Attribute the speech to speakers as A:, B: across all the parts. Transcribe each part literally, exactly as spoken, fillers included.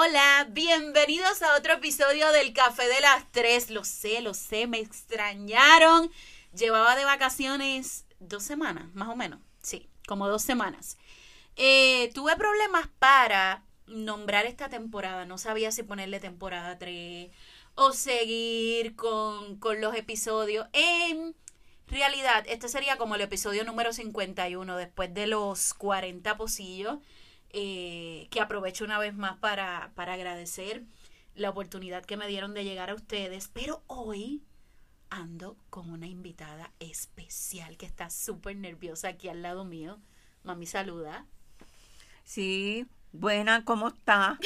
A: Hola, bienvenidos a otro episodio del Café de las Tres. Lo sé, lo sé, me extrañaron. Llevaba de vacaciones dos semanas, más o menos. Sí, como dos semanas. Eh, tuve problemas para nombrar esta temporada. No sabía si ponerle temporada tres o seguir con, con los episodios. En realidad, este sería como el episodio número cincuenta y uno, después de los cuarenta pocillos. Eh, que aprovecho una vez más para, para agradecer la oportunidad que me dieron de llegar a ustedes, pero hoy ando con una invitada especial que está súper nerviosa aquí al lado mío. Mami, saluda.
B: Sí, buena, ¿cómo está?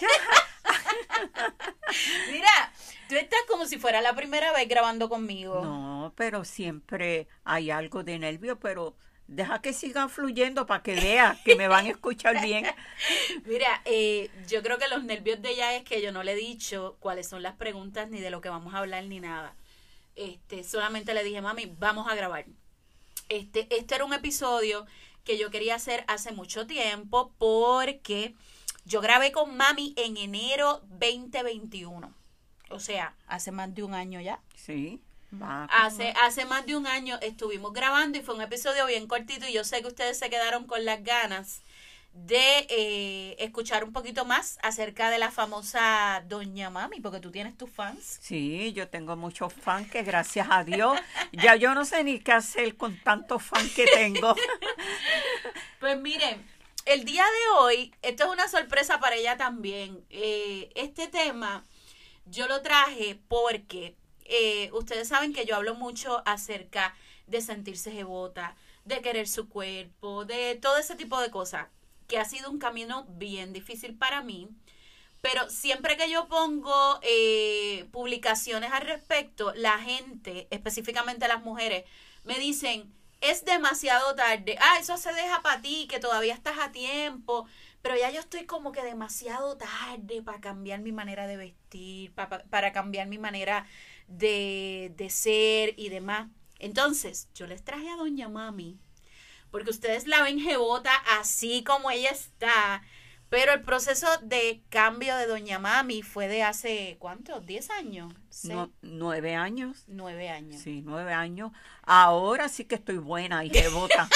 A: Mira, tú estás como si fuera la primera vez grabando conmigo.
B: No, pero siempre hay algo de nervio, pero deja que sigan fluyendo para que veas que me van a escuchar bien.
A: Mira, eh, yo creo que los nervios de ella es que yo no le he dicho cuáles son las preguntas ni de lo que vamos a hablar ni nada. Este, solamente le dije, mami, vamos a grabar. Este, este era un episodio que yo quería hacer hace mucho tiempo porque yo grabé con mami en enero veinte veintiuno. O sea, hace más de un año ya.
B: Sí. Va,
A: Hace, hace más de un año estuvimos grabando y fue un episodio bien cortito y yo sé que ustedes se quedaron con las ganas de eh, escuchar un poquito más acerca de la famosa Doña Mami, porque tú tienes tus fans.
B: Sí, yo tengo muchos fans que gracias a Dios, ya yo no sé ni qué hacer con tantos fans que tengo.
A: Pues miren, el día de hoy, esto es una sorpresa para ella también. Eh, este tema yo lo traje porque Eh, ustedes saben que yo hablo mucho acerca de sentirse jebota, de querer su cuerpo, de todo ese tipo de cosas, que ha sido un camino bien difícil para mí, pero siempre que yo pongo eh, publicaciones al respecto, la gente, específicamente las mujeres, me dicen, es demasiado tarde, ah, eso se deja para ti, que todavía estás a tiempo, pero ya yo estoy como que demasiado tarde para cambiar mi manera de vestir, para, para cambiar mi manera de, de ser y demás. Entonces, yo les traje a Doña Mami, porque ustedes la ven jebota así como ella está, pero el proceso de cambio de Doña Mami fue de hace, ¿cuánto? ¿Diez años?
B: No, nueve años.
A: Nueve años.
B: Sí, nueve años. Ahora sí que estoy buena y jebota.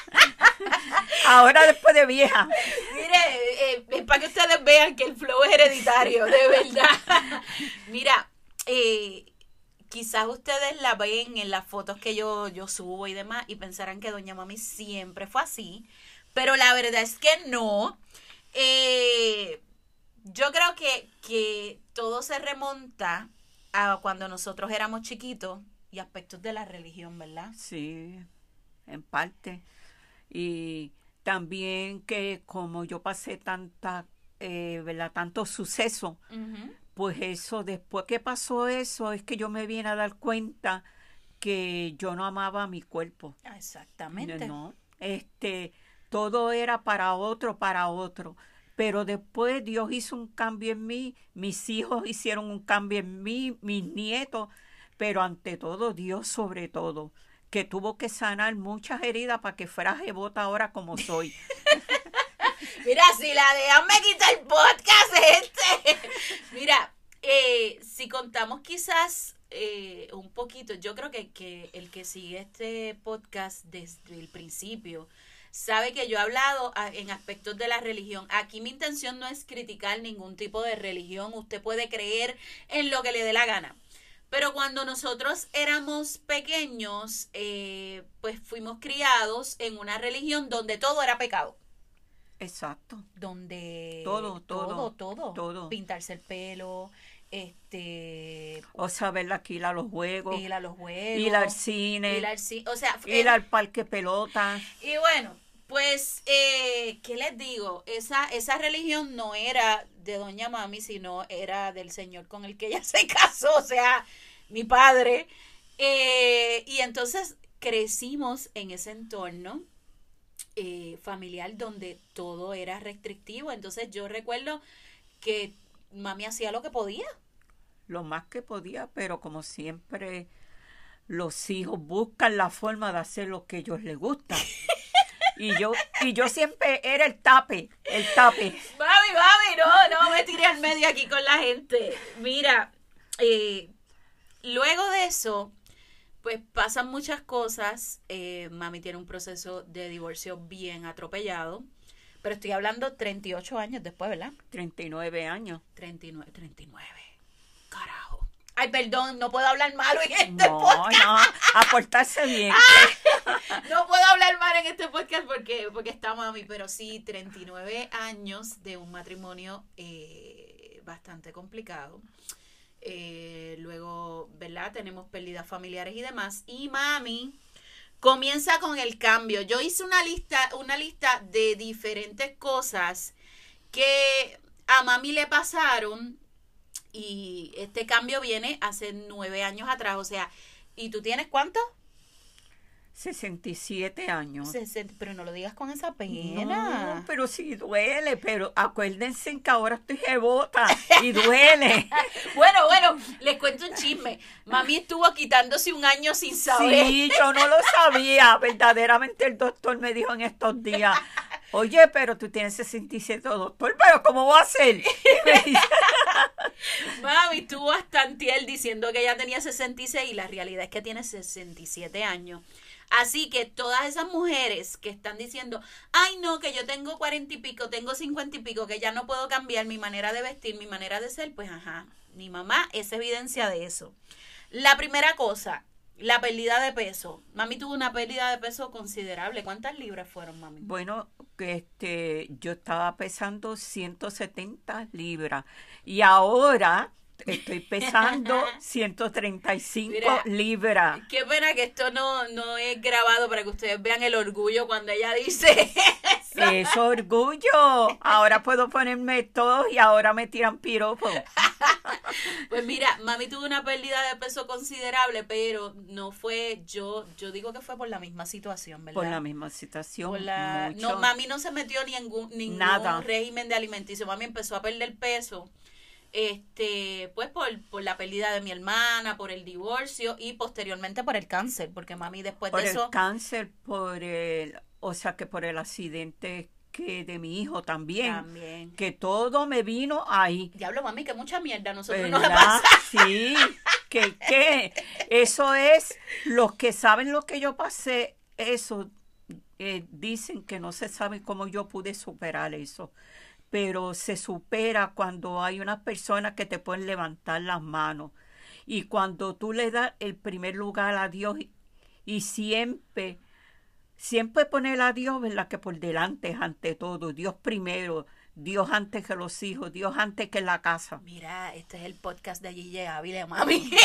B: Ahora después de vieja.
A: Mire, eh, eh, para que ustedes vean que el flow es hereditario, de verdad. Mira, eh, quizás ustedes la ven en las fotos que yo, yo subo y demás y pensarán que Doña Mami siempre fue así, pero la verdad es que no. Eh, yo creo que, que todo se remonta a cuando nosotros éramos chiquitos y aspectos de la religión, ¿verdad?
B: Sí, en parte. Y también que como yo pasé tanta, eh, ¿verdad? Tanto suceso, uh-huh. Pues eso, después que pasó eso, es que yo me vine a dar cuenta que yo no amaba a mi cuerpo.
A: Exactamente.
B: No, este, todo era para otro, para otro. Pero después Dios hizo un cambio en mí, mis hijos hicieron un cambio en mí, mis nietos, pero ante todo Dios sobre todo, que tuvo que sanar muchas heridas para que fuera jebota ahora como soy.
A: Mira, si la dejan me quita el podcast este. Mira, eh, si contamos quizás eh, un poquito, yo creo que, que el que sigue este podcast desde el principio sabe que yo he hablado a, en aspectos de la religión. Aquí mi intención no es criticar ningún tipo de religión. Usted puede creer en lo que le dé la gana. Pero cuando nosotros éramos pequeños, eh, pues fuimos criados en una religión donde todo era pecado.
B: Exacto.
A: Donde
B: todo, todo,
A: todo, todo,
B: todo.
A: Pintarse el pelo, este,
B: o sea, ver aquí ir a los juegos,
A: ir a los juegos,
B: ir al cine,
A: ir al cine, o sea,
B: ir eh, al parque pelota.
A: Y bueno, pues, eh, ¿qué les digo? Esa, esa religión no era de Doña Mami, sino era del señor con el que ella se casó, o sea, mi padre. Eh, y entonces crecimos en ese entorno eh, familiar donde todo era restrictivo. Entonces yo recuerdo que mami hacía lo que podía.
B: Lo más que podía, pero como siempre los hijos buscan la forma de hacer lo que a ellos les gusta. Y yo, y yo siempre era el tape, el tape.
A: Mami, mami, mami, no, no me tiré al medio aquí con la gente. Mira, eh, luego de eso, pues pasan muchas cosas. Eh, mami tiene un proceso de divorcio bien atropellado. Pero estoy hablando treinta y ocho años después, ¿verdad?
B: treinta y nueve años.
A: treinta y nueve, treinta y nueve. Carajo. Ay, perdón, no puedo hablar malo en este
B: No,
A: podcast.
B: no, a portarse bien.
A: No puedo hablar mal en este podcast porque, porque está mami, pero sí, treinta y nueve años de un matrimonio eh, bastante complicado. Eh, luego, ¿verdad? Tenemos pérdidas familiares y demás. Y mami comienza con el cambio. Yo hice una lista, una lista de diferentes cosas que a mami le pasaron y este cambio viene hace nueve años atrás. O sea, ¿y tú tienes cuánto?
B: sesenta y siete años.
A: sesenta, pero no lo digas con esa pena.
B: No, pero sí duele, pero acuérdense que ahora estoy jebota y duele.
A: Bueno, bueno, les cuento un chisme. Mami estuvo quitándose un año sin saber.
B: Sí, yo no lo sabía. Verdaderamente el doctor me dijo en estos días, oye, pero tú tienes sesenta y siete, doctor, pero ¿cómo voy a hacer?
A: Mami estuvo bastante él diciendo que ella tenía sesenta y seis y la realidad es que tiene sesenta y siete años. Así que todas esas mujeres que están diciendo, ay no, que yo tengo cuarenta y pico, tengo cincuenta y pico, que ya no puedo cambiar mi manera de vestir, mi manera de ser, pues ajá, mi mamá es evidencia de eso. La primera cosa, la pérdida de peso. Mami tuvo una pérdida de peso considerable. ¿Cuántas libras fueron, mami?
B: Bueno, que este, yo estaba pesando ciento setenta libras y ahora estoy pesando ciento treinta y cinco
A: Mira,
B: libras.
A: Qué pena que esto no, no es grabado para que ustedes vean el orgullo cuando ella dice eso.
B: Es orgullo. Ahora puedo ponerme todo y ahora me tiran piropos.
A: Pues mira, mami tuvo una pérdida de peso considerable, pero no fue, yo yo digo que fue por la misma situación, ¿verdad?
B: Por la misma situación.
A: Por la,
B: mucho.
A: no, mami no se metió ni en ningún, ningún
B: Nada.
A: régimen de alimenticio. Mami empezó a perder peso. Este, pues por, por la pérdida de mi hermana, por el divorcio y posteriormente por el cáncer, porque mami después
B: Por
A: de
B: el
A: eso
B: cáncer, por el, o sea que por el accidente que de mi hijo también,
A: también.
B: que todo me vino ahí.
A: Diablo, mami, que mucha mierda a nosotros nos
B: ¿Verdad?
A: pasa.
B: Sí, que, que eso es, los que saben lo que yo pasé, eso, eh, dicen que no se sabe cómo yo pude superar eso, pero se supera cuando hay unas personas que te pueden levantar las manos y cuando tú le das el primer lugar a Dios y, y siempre, siempre poner a Dios, ¿verdad? Que por delante es ante todo, Dios primero, Dios antes que los hijos, Dios antes que la casa.
A: Mira, este es el podcast de Gigi Ávila, mami. Mami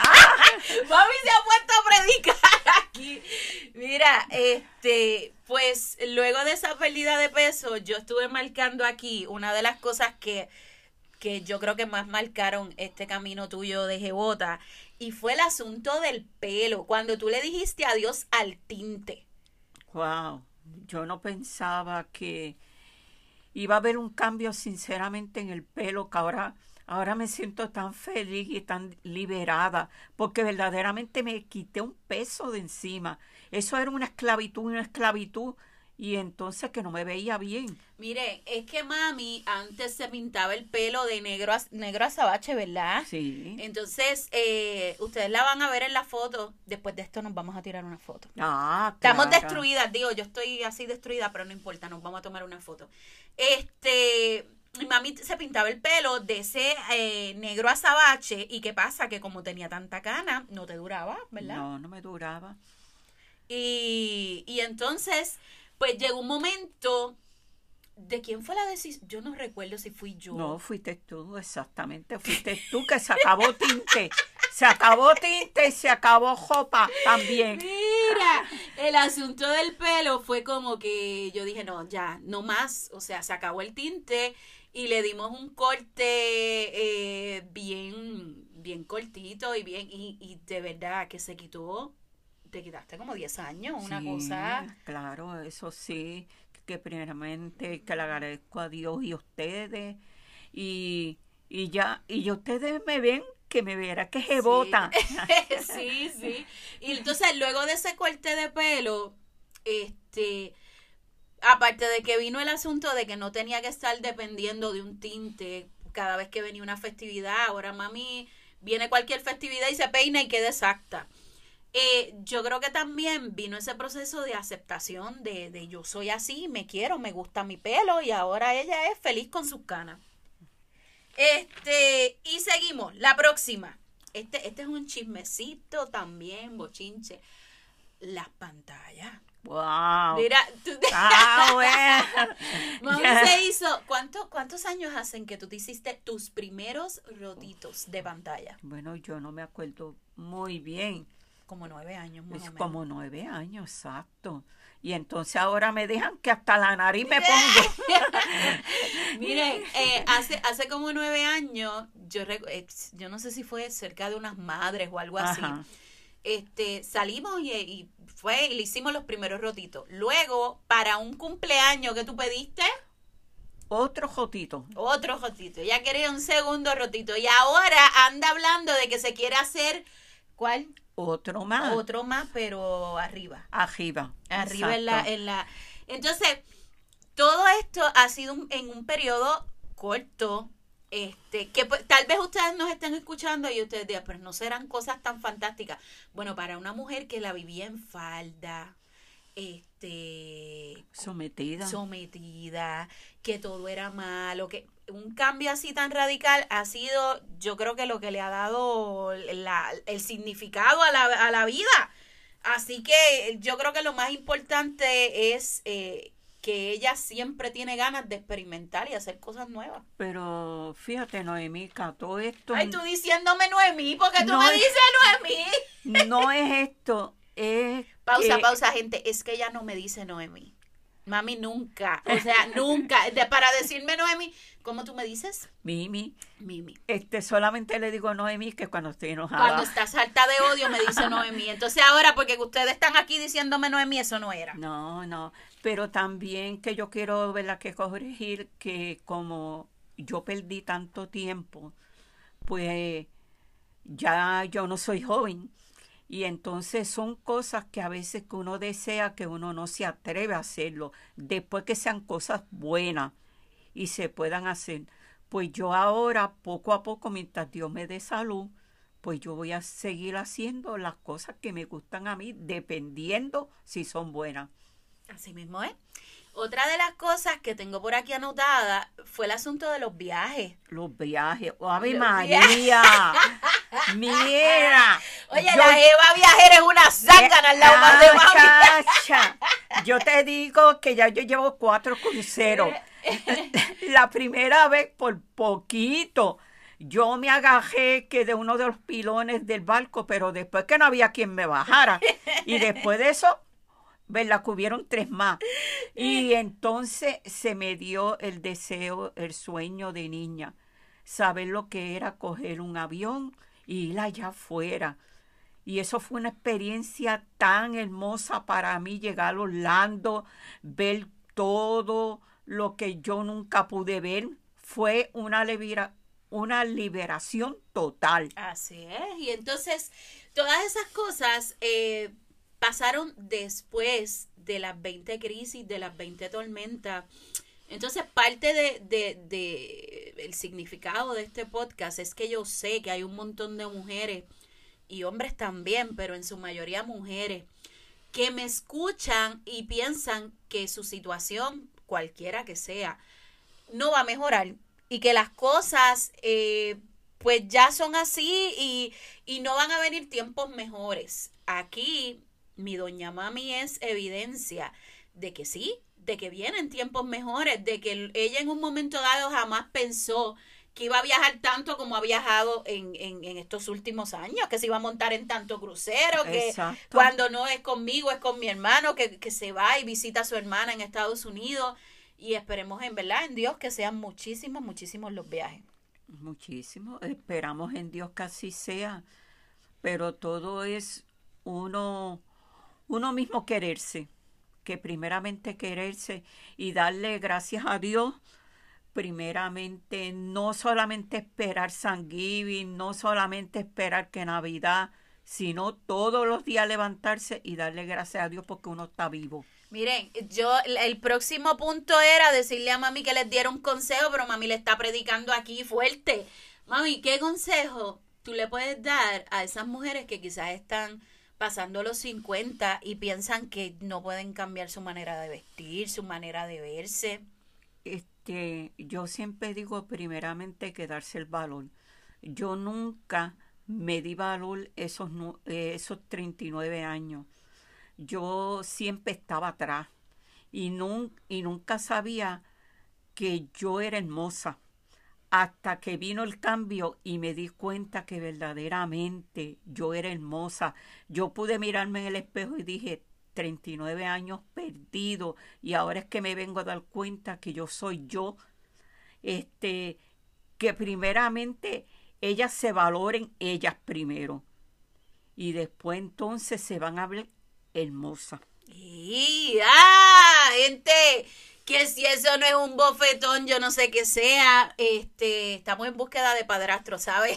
A: se ha puesto a predicar aquí. Mira, este, pues luego de esa pérdida de peso, yo estuve marcando aquí una de las cosas que, que yo creo que más marcaron este camino tuyo de jebota, y fue el asunto del pelo, cuando tú le dijiste adiós al tinte.
B: Wow, yo no pensaba que iba a haber un cambio sinceramente en el pelo, que ahora, ahora me siento tan feliz y tan liberada, porque verdaderamente me quité un peso de encima. Eso era una esclavitud, una esclavitud, y entonces que no me veía bien.
A: Mire, es que mami antes se pintaba el pelo de negro a, negro azabache, ¿verdad?
B: Sí.
A: Entonces, eh, ustedes la van a ver en la foto. Después de esto nos vamos a tirar una foto.
B: Ah,
A: Estamos
B: claro.
A: destruidas, digo, yo estoy así destruida, pero no importa, nos vamos a tomar una foto. Este, mi mami se pintaba el pelo de ese eh, negro azabache, y ¿qué pasa? Que como tenía tanta cana, no te duraba, ¿verdad?
B: No, no me duraba.
A: Y, y entonces, pues llegó un momento, ¿de quién fue la decisión? Yo no recuerdo si fui yo.
B: No, fuiste tú, exactamente, fuiste tú, que se acabó tinte. Se acabó tinte y se acabó jopa también.
A: Mira, el asunto del pelo fue como que yo dije, no, ya, no más. O sea, se acabó el tinte y le dimos un corte eh, bien, bien cortito y bien, y, y de verdad que se quitó, te quitaste como diez años, una
B: Sí,
A: cosa.
B: claro, eso sí, que primeramente que le agradezco a Dios y a ustedes. Y, y ya, y ustedes me ven que me viera que jebota.
A: Sí. sí, sí. Y entonces luego de ese corte de pelo, este, aparte de que vino el asunto de que no tenía que estar dependiendo de un tinte cada vez que venía una festividad. Ahora mami viene cualquier festividad y se peina y queda exacta. Eh, yo creo que también vino ese proceso de aceptación de, de yo soy así, me quiero, me gusta mi pelo y ahora ella es feliz con sus canas. Este, y seguimos, la próxima. Este, este es un chismecito también, bochinche. Las pantallas.
B: Wow.
A: Mira, tú te...
B: Ah, bueno.
A: Mami
B: Ya.
A: se hizo. ¿Cuánto, ¿Cuántos años hacen que tú te hiciste tus primeros rotitos de pantalla?
B: Bueno, yo no me acuerdo muy bien.
A: Como nueve años más
B: Es
A: o menos.
B: como nueve años, exacto. Y entonces ahora me dejan que hasta la nariz me pongo.
A: Miren, eh, hace, hace como nueve años, yo, rec- eh, yo no sé si fue cerca de unas madres o algo así.
B: Ajá.
A: Este, salimos y, y fue y le hicimos los primeros rotitos. Luego, para un cumpleaños que tú pediste,
B: Otro jotito.
A: otro rotito. Ella quería un segundo rotito. Y ahora anda hablando de que se quiere hacer, ¿cuál?
B: Otro más.
A: Otro más, pero arriba.
B: Arriba.
A: Arriba en la,
B: Exacto.
A: en la. Entonces, todo esto ha sido un- en un periodo corto. Este, que pues, tal vez ustedes nos estén escuchando y ustedes digan, pero no serán cosas tan fantásticas. Bueno, para una mujer que la vivía en falda, este,
B: Sometida.
A: sometida, que todo era malo, que un cambio así tan radical ha sido, yo creo que lo que le ha dado la, el significado a la, a la vida. Así que yo creo que lo más importante es eh, que ella siempre tiene ganas de experimentar y hacer cosas nuevas.
B: Pero fíjate, Noemica, todo esto
A: Ay, tú diciéndome Noemí, porque tú
B: No
A: me
B: es-
A: dices Noemí.
B: no es esto, es
A: Pausa,
B: que-
A: pausa, gente. Es que ella no me dice Noemí. Mami, nunca. O sea, nunca. De, para decirme Noemí, ¿cómo tú me dices?
B: Mimi,
A: Mimi.
B: este, solamente le digo Noemi que cuando estoy enojada.
A: Cuando estás harta de odio me dice Noemí. Entonces ahora, porque ustedes están aquí diciéndome Noemí, eso no era.
B: No, no, pero también que yo quiero, ¿verdad?, que corregir que como yo perdí tanto tiempo, pues ya yo no soy joven. Y entonces son cosas que a veces que uno desea que uno no se atreve a hacerlo, después que sean cosas buenas y se puedan hacer. Pues yo ahora, poco a poco, mientras Dios me dé salud, pues yo voy a seguir haciendo las cosas que me gustan a mí, dependiendo si son buenas.
A: Así mismo es. Otra de las cosas que tengo por aquí anotada fue el asunto de los viajes.
B: Los viajes. ¡Oh, ¡Ave
A: Los
B: María! Mira.
A: Oye,
B: yo-
A: la Eva viajera es una zángana al lado más de
B: Ah,
A: mami.
B: chacha. Yo te digo que ya yo llevo cuatro cruceros. La primera vez por poquito. Yo me agajé que de uno de los pilones del barco, pero después que no había quien me bajara. Y después de eso, ¿verdad? Que hubieron tres más. Y entonces se me dio el deseo, el sueño de niña. Saber lo que era coger un avión y ir allá afuera. Y eso fue una experiencia tan hermosa para mí, llegar a Orlando, ver todo lo que yo nunca pude ver. Fue una, libera, una liberación total.
A: Así es. Y entonces, todas esas cosas eh, pasaron después de las veinte crisis, de las veinte tormentas. Entonces, parte de, de, de el significado de este podcast es que yo sé que hay un montón de mujeres y hombres también, pero en su mayoría mujeres, que me escuchan y piensan que su situación, cualquiera que sea, no va a mejorar y que las cosas eh, pues ya son así y, y no van a venir tiempos mejores. Aquí mi doña mami es evidencia de que sí, de que vienen tiempos mejores, de que ella en un momento dado jamás pensó que iba a viajar tanto como ha viajado en, en, en estos últimos años, que se iba a montar en tanto crucero, que
B: Exacto.
A: cuando no es conmigo es con mi hermano, que, que se va y visita a su hermana en Estados Unidos. Y esperemos en verdad, en Dios, que sean muchísimos, muchísimos los viajes.
B: Muchísimo. Esperamos en Dios que así sea. Pero todo es uno, uno mismo quererse. Que primeramente quererse y darle gracias a Dios. Primeramente, no solamente esperar Thanksgiving, no solamente esperar que Navidad, sino todos los días levantarse y darle gracias a Dios porque uno está vivo.
A: Miren, yo, el próximo punto era decirle a mami que les diera un consejo, pero mami le está predicando aquí fuerte. Mami, ¿qué consejo tú le puedes dar a esas mujeres que quizás están pasando los cincuenta y piensan que no pueden cambiar su manera de vestir, su manera de verse?
B: Este, yo siempre digo primeramente que darse el valor. Yo nunca me di valor esos, nu- eh, esos treinta y nueve años. Yo siempre estaba atrás y, nun- y nunca sabía que yo era hermosa hasta que vino el cambio y me di cuenta que verdaderamente yo era hermosa. Yo pude mirarme en el espejo y dije, treinta y nueve años perdido y ahora es que me vengo a dar cuenta que yo soy yo. Este, que primeramente ellas se valoren ellas primero y después entonces se van a ver hermosa.
A: Y, ah, gente, que si eso no es un bofetón, yo no sé qué sea. Este, estamos en búsqueda de padrastro, ¿sabes?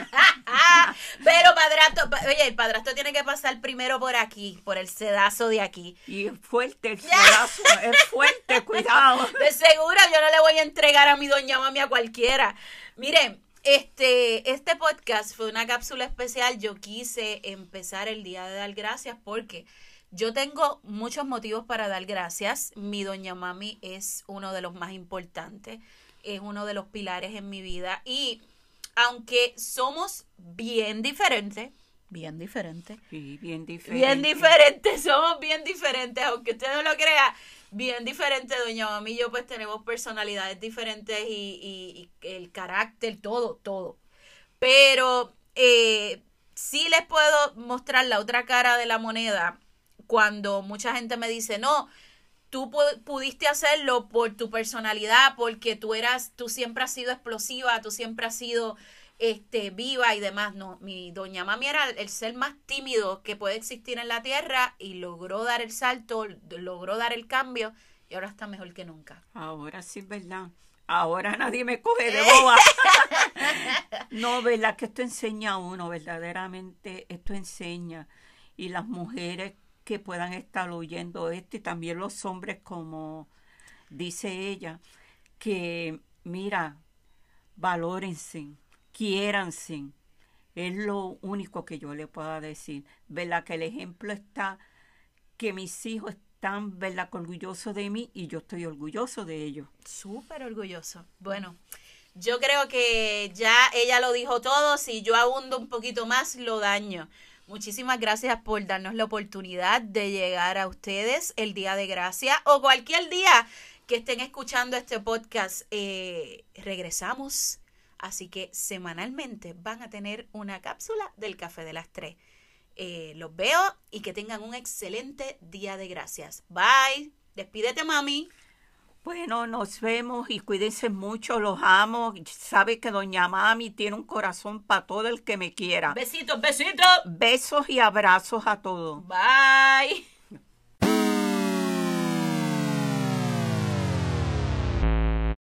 A: Pero padrastro, oye, el padrastro tiene que pasar primero por aquí, por el sedazo de aquí.
B: Y es fuerte el sedazo, es fuerte, cuidado.
A: De seguro yo no le voy a entregar a mi doña mami a cualquiera. Miren, este, este podcast fue una cápsula especial. Yo quise empezar el día de dar gracias porque yo tengo muchos motivos para dar gracias. Mi doña mami es uno de los más importantes, es uno de los pilares en mi vida. Y aunque somos bien diferentes, bien diferentes,
B: Sí, bien diferente.
A: bien diferentes, somos bien diferentes, aunque usted no lo crea, bien diferentes, doña mami y yo pues tenemos personalidades diferentes y, y, y el carácter, todo, todo. Pero eh, sí les puedo mostrar la otra cara de la moneda cuando mucha gente me dice, no, tú pu- pudiste hacerlo por tu personalidad, porque tú eras, tú siempre has sido explosiva, tú siempre has sido este, viva y demás. No, mi doña mami era el ser más tímido que puede existir en la tierra y logró dar el salto, logró dar el cambio y ahora está mejor que nunca.
B: Ahora sí, ¿verdad? Ahora nadie me coge de boba. No, ¿verdad? Que esto enseña a uno, verdaderamente, esto enseña. Y las mujeres que puedan estar oyendo esto y también los hombres, como dice ella, que mira, valórense, quiéranse. Es lo único que yo le puedo decir. ¿Verdad? Que el ejemplo está que mis hijos están, ¿verdad?, orgullosos de mí y yo estoy orgulloso de ellos.
A: Súper orgulloso. Bueno, yo creo que ya ella lo dijo todo. Si yo abundo un poquito más, lo daño. Muchísimas gracias por darnos la oportunidad de llegar a ustedes el Día de Gracia o cualquier día que estén escuchando este podcast. Eh, regresamos, así que semanalmente van a tener una cápsula del Café de las Tres. Eh, los veo y que tengan un excelente Día de Gracias. Bye. Despídete, mami.
B: Bueno, nos vemos y cuídense mucho, los amo. Sabe que doña Mami tiene un corazón para todo el que me quiera.
A: Besitos, besitos.
B: Besos y abrazos a todos.
A: Bye.